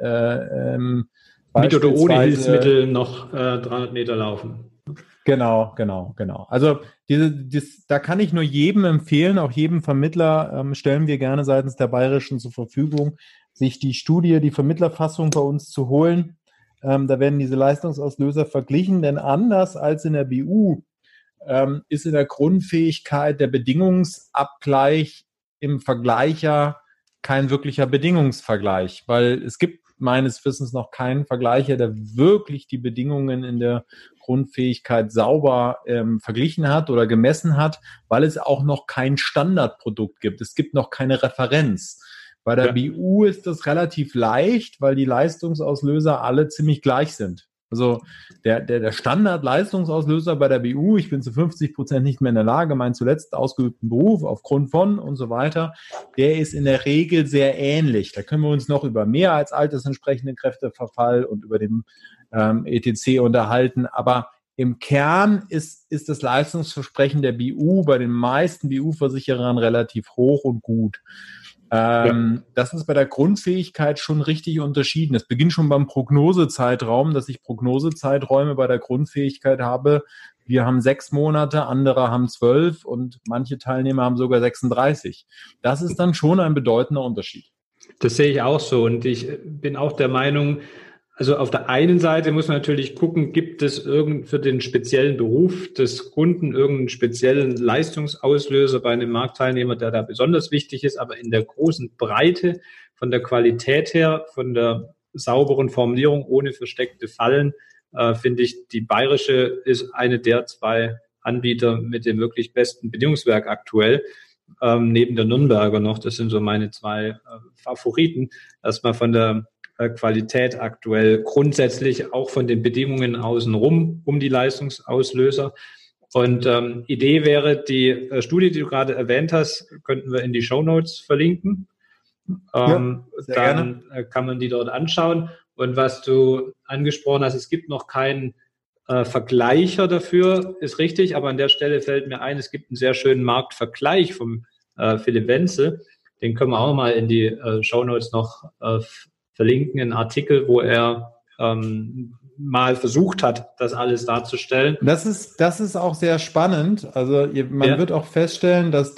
mit oder ohne Hilfsmittel noch 300 Meter laufen.
Genau. Also da kann ich nur jedem empfehlen, auch jedem Vermittler stellen wir gerne seitens der Bayerischen zur Verfügung, sich die Vermittlerfassung bei uns zu holen. Da werden diese Leistungsauslöser verglichen, denn anders als in der BU ist in der Grundfähigkeit der Bedingungsabgleich im Vergleich ja kein wirklicher Bedingungsvergleich, weil es gibt meines Wissens noch keinen Vergleicher, der wirklich die Bedingungen in der Grundfähigkeit sauber verglichen hat oder gemessen hat, weil es auch noch kein Standardprodukt gibt. Es gibt noch keine Referenz. Bei der BU ist das relativ leicht, weil die Leistungsauslöser alle ziemlich gleich sind. Also der Standard-Leistungsauslöser bei der BU, ich bin zu 50% nicht mehr in der Lage, meinen zuletzt ausgeübten Beruf aufgrund von und so weiter, der ist in der Regel sehr ähnlich. Da können wir uns noch über mehr als altersentsprechenden Kräfteverfall und über den ETC unterhalten, aber im Kern ist das Leistungsversprechen der BU bei den meisten BU-Versicherern relativ hoch und gut. Das ist bei der Grundfähigkeit schon richtig unterschieden. Es beginnt schon beim Prognosezeitraum, dass ich Prognosezeiträume bei der Grundfähigkeit habe. Wir haben 6 Monate, andere haben 12 und manche Teilnehmer haben sogar 36. Das ist dann schon ein bedeutender Unterschied.
Das sehe ich auch so und ich bin auch der Meinung, also auf der einen Seite muss man natürlich gucken, gibt es für den speziellen Beruf des Kunden irgendeinen speziellen Leistungsauslöser bei einem Marktteilnehmer, der da besonders wichtig ist, aber in der großen Breite von der Qualität her, von der sauberen Formulierung ohne versteckte Fallen, finde ich, die Bayerische ist eine der 2 Anbieter mit dem wirklich besten Bedingungswerk aktuell, neben der Nürnberger noch. Das sind so meine 2 Favoriten. Erstmal von der Qualität aktuell, grundsätzlich auch von den Bedingungen außenrum um die Leistungsauslöser. Und Idee wäre, die Studie, die du gerade erwähnt hast, könnten wir in die Shownotes verlinken. Dann gerne. Kann man die dort anschauen. Und was du angesprochen hast, es gibt noch keinen Vergleicher dafür, ist richtig, aber an der Stelle fällt mir ein, es gibt einen sehr schönen Marktvergleich vom Philipp Wenzel. Den können wir auch mal in die Shownotes noch verlinken, einen Artikel, wo er mal versucht hat, das alles darzustellen.
Das ist auch sehr spannend. Also man wird auch feststellen, dass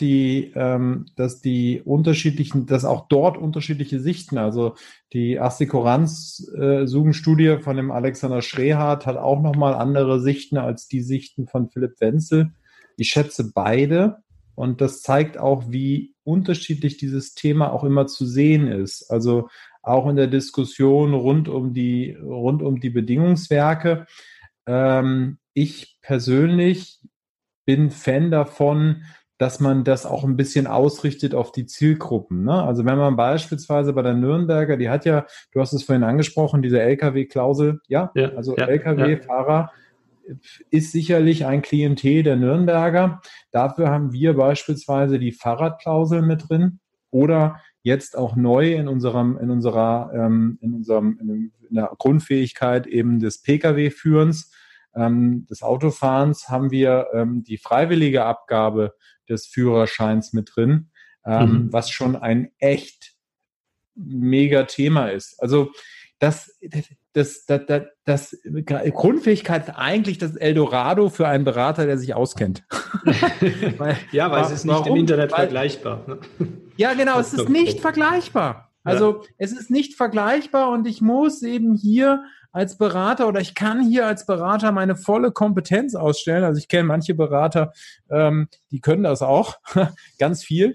dass auch dort unterschiedliche Sichten, also die Assekuranz-Studie von dem Alexander Schrehardt hat auch nochmal andere Sichten als die Sichten von Philipp Wenzel. Ich schätze beide und das zeigt auch, wie unterschiedlich dieses Thema auch immer zu sehen ist. Also auch in der Diskussion rund um die Bedingungswerke. Ich persönlich bin Fan davon, dass man das auch ein bisschen ausrichtet auf die Zielgruppen. Ne? Also wenn man beispielsweise bei der Nürnberger, die hat ja, du hast es vorhin angesprochen, diese LKW-Klausel, LKW-Fahrer ist sicherlich ein Klientel der Nürnberger. Dafür haben wir beispielsweise die Fahrradklausel mit drin oder jetzt auch neu in der Grundfähigkeit eben des Pkw-Führens, des Autofahrens haben wir die freiwillige Abgabe des Führerscheins mit drin, was schon ein echt mega Thema ist. Also das Grundfähigkeit ist eigentlich das Eldorado für einen Berater, der sich auskennt.
weil es ist nicht im Internet vergleichbar. Ne?
Ja, genau, es ist nicht vergleichbar. Also es ist nicht vergleichbar und ich muss eben hier als Berater oder ich kann hier als Berater meine volle Kompetenz ausstellen. Also ich kenne manche Berater, die können das auch, ganz viel.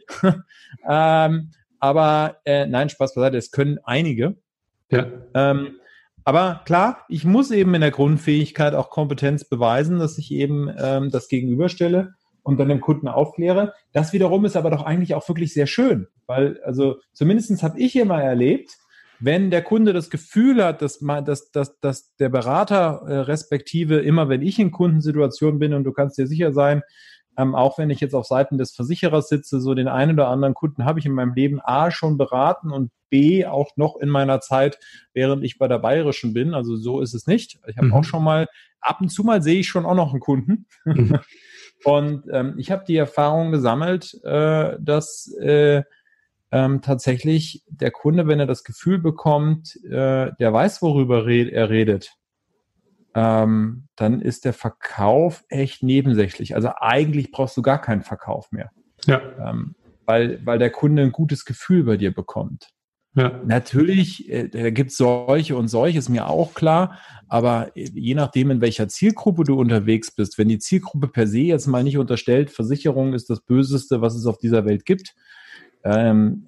Aber nein, Spaß beiseite, es können einige. Ja. Aber klar, ich muss eben in der Grundfähigkeit auch Kompetenz beweisen, dass ich eben das gegenüberstelle und dann dem Kunden aufkläre. Das wiederum ist aber doch eigentlich auch wirklich sehr schön, weil also zumindest habe ich immer erlebt, wenn der Kunde das Gefühl hat, dass der Berater respektive immer, wenn ich in Kundensituationen bin und du kannst dir sicher sein, auch wenn ich jetzt auf Seiten des Versicherers sitze, so den einen oder anderen Kunden habe ich in meinem Leben A schon beraten und B auch noch in meiner Zeit, während ich bei der Bayerischen bin. Also so ist es nicht. Ich habe auch schon mal, ab und zu mal sehe ich schon auch noch einen Kunden. Und ich habe die Erfahrung gesammelt, dass tatsächlich der Kunde, wenn er das Gefühl bekommt, der weiß, worüber er redet, dann ist der Verkauf echt nebensächlich. Also eigentlich brauchst du gar keinen Verkauf mehr. Ja. Weil der Kunde ein gutes Gefühl bei dir bekommt. Ja. Natürlich, da gibt es solche und solche, ist mir auch klar, aber je nachdem, in welcher Zielgruppe du unterwegs bist, wenn die Zielgruppe per se jetzt mal nicht unterstellt, Versicherung ist das Böseste, was es auf dieser Welt gibt, dann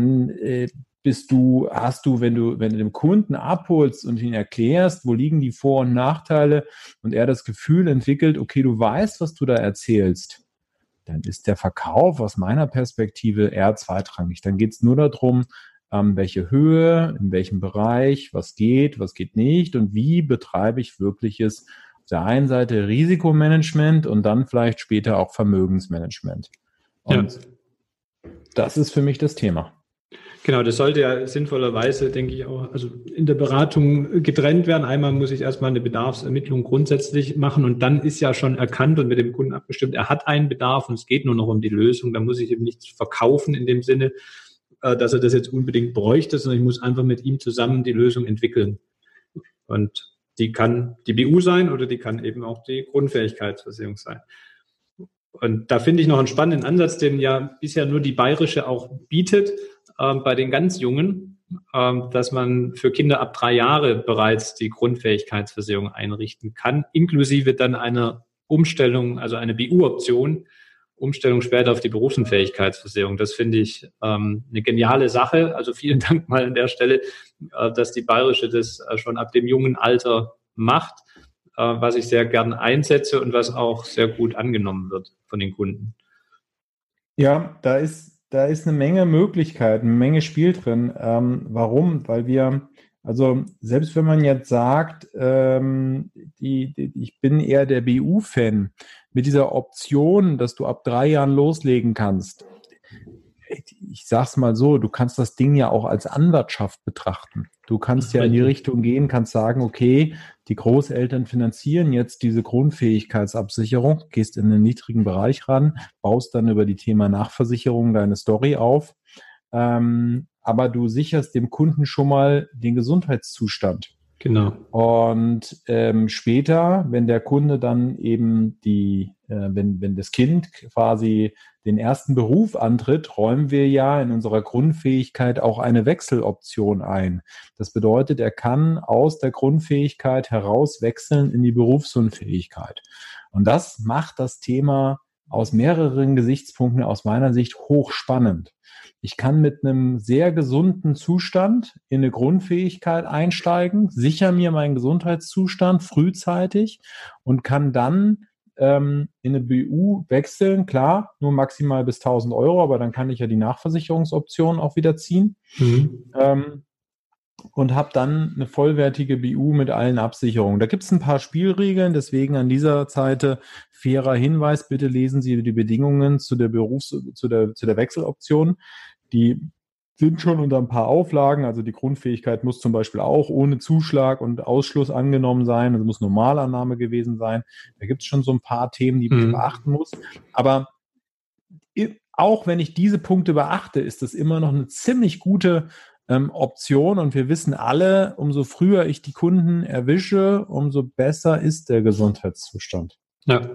hast du, wenn du dem Kunden abholst und ihn erklärst, wo liegen die Vor- und Nachteile und er das Gefühl entwickelt, okay, du weißt, was du da erzählst, dann ist der Verkauf aus meiner Perspektive eher zweitrangig. Dann geht es nur darum, welche Höhe, in welchem Bereich, was geht nicht und wie betreibe ich wirkliches, auf der einen Seite Risikomanagement und dann vielleicht später auch Vermögensmanagement. Und das ist für mich das Thema.
Genau, das sollte ja sinnvollerweise, denke ich, auch also in der Beratung getrennt werden. Einmal muss ich erstmal eine Bedarfsermittlung grundsätzlich machen und dann ist ja schon erkannt und mit dem Kunden abgestimmt, er hat einen Bedarf und es geht nur noch um die Lösung. Da muss ich eben nichts verkaufen in dem Sinne, dass er das jetzt unbedingt bräuchte, sondern ich muss einfach mit ihm zusammen die Lösung entwickeln. Und die kann die BU sein oder die kann eben auch die Grundfähigkeitsversicherung sein. Und da finde ich noch einen spannenden Ansatz, den ja bisher nur die Bayerische auch bietet, bei den ganz Jungen, dass man für Kinder ab 3 Jahre bereits die Grundfähigkeitsversicherung einrichten kann, inklusive dann einer Umstellung, also eine BU-Option, Umstellung später auf die Berufsunfähigkeitsversicherung. Das finde ich eine geniale Sache. Also vielen Dank mal an der Stelle, dass die Bayerische das schon ab dem jungen Alter macht, was ich sehr gern einsetze und was auch sehr gut angenommen wird von den Kunden.
Ja, da ist eine Menge Möglichkeiten, eine Menge Spiel drin. Warum? Weil also selbst wenn man jetzt sagt, ich bin eher der BU-Fan, mit dieser Option, dass du ab 3 Jahren loslegen kannst, ich sag's mal so, du kannst das Ding ja auch als Anwartschaft betrachten. Du kannst ja in die Richtung gehen, kannst sagen, okay, die Großeltern finanzieren jetzt diese Grundfähigkeitsabsicherung, gehst in den niedrigen Bereich ran, baust dann über die Thema Nachversicherung deine Story auf, aber du sicherst dem Kunden schon mal den Gesundheitszustand.
Genau.
Und später, wenn der Kunde dann eben wenn das Kind quasi den ersten Beruf antritt, räumen wir ja in unserer Grundfähigkeit auch eine Wechseloption ein. Das bedeutet, er kann aus der Grundfähigkeit heraus wechseln in die Berufsunfähigkeit. Und das macht das Thema aus mehreren Gesichtspunkten aus meiner Sicht hochspannend. Ich kann mit einem sehr gesunden Zustand in eine Grundfähigkeit einsteigen, sichere mir meinen Gesundheitszustand frühzeitig und kann dann in eine BU wechseln. Klar, nur maximal bis 1.000 Euro, aber dann kann ich ja die Nachversicherungsoption auch wieder ziehen. Und habe dann eine vollwertige BU mit allen Absicherungen. Da gibt es ein paar Spielregeln, deswegen an dieser Seite fairer Hinweis, bitte lesen Sie die Bedingungen zu der Wechseloption. Die sind schon unter ein paar Auflagen, also die Grundfähigkeit muss zum Beispiel auch ohne Zuschlag und Ausschluss angenommen sein, also muss Normalannahme gewesen sein. Da gibt es schon so ein paar Themen, die ich beachten muss. Aber auch wenn ich diese Punkte beachte, ist das immer noch eine ziemlich gute Option, und wir wissen alle, umso früher ich die Kunden erwische, umso besser ist der Gesundheitszustand.
Ja,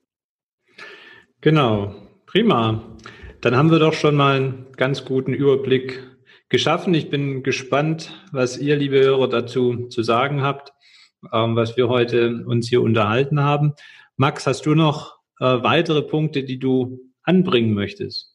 genau. Prima. Dann haben wir doch schon mal einen ganz guten Überblick geschaffen. Ich bin gespannt, was ihr, liebe Hörer, dazu zu sagen habt, was wir heute uns hier unterhalten haben. Max, hast du noch weitere Punkte, die du anbringen möchtest?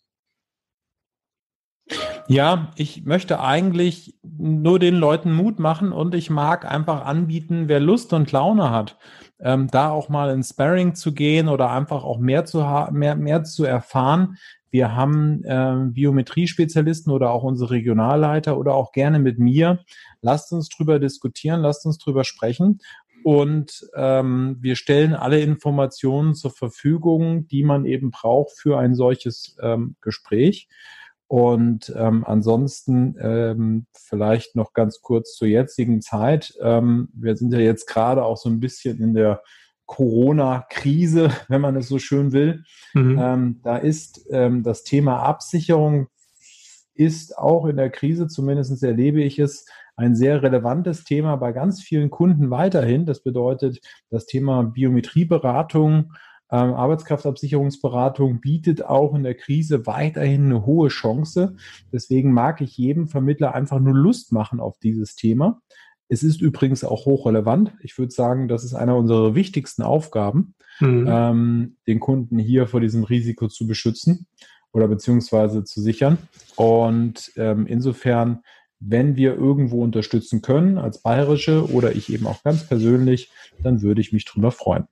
Ja, ich möchte eigentlich nur den Leuten Mut machen, und ich mag einfach anbieten, wer Lust und Laune hat, da auch mal ins Sparring zu gehen oder einfach auch mehr zu erfahren. Wir haben Biometrie-Spezialisten oder auch unsere Regionalleiter oder auch gerne mit mir. Lasst uns drüber diskutieren, lasst uns drüber sprechen. Und wir stellen alle Informationen zur Verfügung, die man eben braucht für ein solches Gespräch. Und ansonsten vielleicht noch ganz kurz zur jetzigen Zeit. Wir sind ja jetzt gerade auch so ein bisschen in der Corona-Krise, wenn man es so schön will. Da ist das Thema Absicherung ist auch in der Krise, zumindest erlebe ich es, ein sehr relevantes Thema bei ganz vielen Kunden weiterhin. Das bedeutet, das Thema Biometrieberatung, Arbeitskraftabsicherungsberatung bietet auch in der Krise weiterhin eine hohe Chance. Deswegen mag ich jedem Vermittler einfach nur Lust machen auf dieses Thema. Es ist übrigens auch hochrelevant. Ich würde sagen, das ist einer unserer wichtigsten Aufgaben, den Kunden hier vor diesem Risiko zu beschützen oder beziehungsweise zu sichern. Und insofern, wenn wir irgendwo unterstützen können, als Bayerische oder ich eben auch ganz persönlich, dann würde ich mich drüber freuen.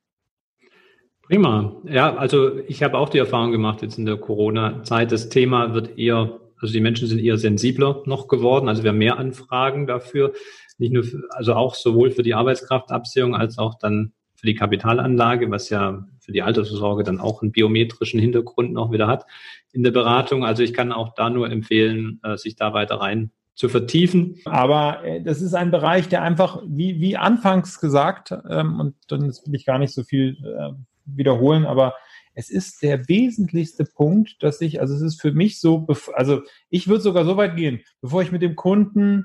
Prima. Ja, also ich habe auch die Erfahrung gemacht jetzt in der Corona-Zeit. Das Thema wird also die Menschen sind eher sensibler noch geworden. Also wir haben mehr Anfragen dafür. Nicht nur, also auch sowohl für die Arbeitskraftabsicherung als auch dann für die Kapitalanlage, was ja für die Altersvorsorge dann auch einen biometrischen Hintergrund noch wieder hat in der Beratung. Also ich kann auch da nur empfehlen, sich da weiter rein zu vertiefen.
Aber das ist ein Bereich, der einfach, wie anfangs gesagt, und dann will ich gar nicht so viel wiederholen, aber es ist der wesentlichste Punkt, also es ist für mich so, also ich würde sogar so weit gehen, bevor ich mit dem Kunden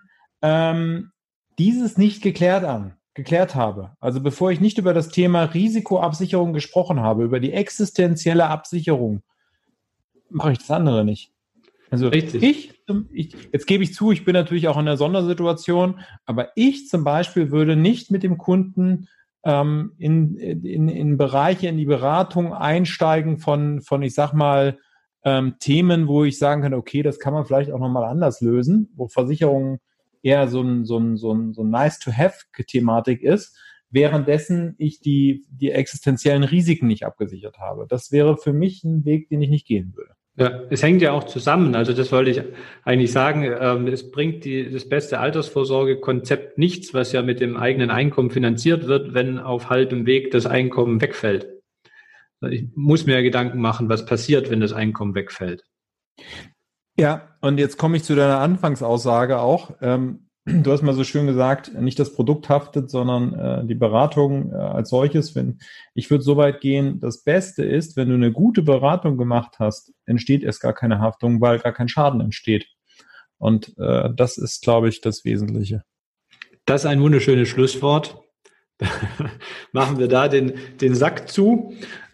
dieses nicht geklärt habe, also bevor ich nicht über das Thema Risikoabsicherung gesprochen habe, über die existenzielle Absicherung, mache ich das andere nicht. Also jetzt gebe ich zu, ich bin natürlich auch in einer Sondersituation, aber ich zum Beispiel würde nicht mit dem Kunden in Bereiche, in die Beratung einsteigen von ich sag mal, Themen, wo ich sagen kann, okay, das kann man vielleicht auch nochmal anders lösen, wo Versicherungen eher so ein Nice-to-have-Thematik ist, währenddessen ich die existenziellen Risiken nicht abgesichert habe. Das wäre für mich ein Weg, den ich nicht gehen würde.
Ja, es hängt ja auch zusammen. Also das wollte ich eigentlich sagen. Es bringt das beste Altersvorsorgekonzept nichts, was ja mit dem eigenen Einkommen finanziert wird, wenn auf halbem Weg das Einkommen wegfällt. Ich muss mir ja Gedanken machen, was passiert, wenn das Einkommen wegfällt.
Ja, und jetzt komme ich zu deiner Anfangsaussage auch. Du hast mal so schön gesagt, nicht das Produkt haftet, sondern die Beratung als solches. Ich würde so weit gehen, das Beste ist, wenn du eine gute Beratung gemacht hast, entsteht erst gar keine Haftung, weil gar kein Schaden entsteht. Und das ist, glaube ich, das Wesentliche. Das ist ein wunderschönes Schlusswort.
Machen wir da den Sack zu.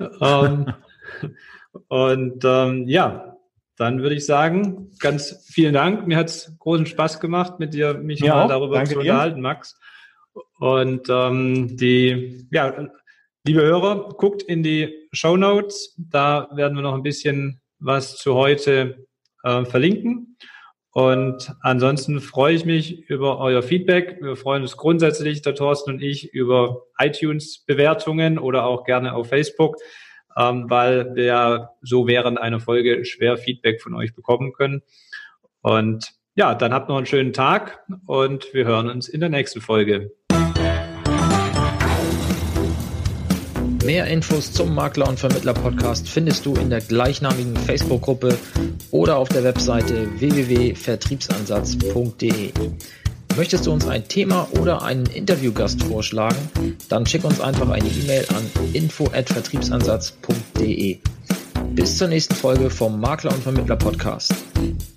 Dann würde ich sagen, ganz vielen Dank. Mir hat es großen Spaß gemacht, mit dir mich mal darüber zu unterhalten, Max. Und liebe Hörer, guckt in die Shownotes. Da werden wir noch ein bisschen was zu heute verlinken. Und ansonsten freue ich mich über euer Feedback. Wir freuen uns grundsätzlich, der Thorsten und ich, über iTunes-Bewertungen oder auch gerne auf Facebook, weil wir ja so während einer Folge schwer Feedback von euch bekommen können. Und ja, dann habt noch einen schönen Tag und wir hören uns in der nächsten Folge.
Mehr Infos zum Makler und Vermittler Podcast findest du in der gleichnamigen Facebook-Gruppe oder auf der Webseite www.vertriebsansatz.de. Möchtest du uns ein Thema oder einen Interviewgast vorschlagen? Dann schick uns einfach eine E-Mail an info@vertriebsansatz.de. Bis zur nächsten Folge vom Makler und Vermittler Podcast.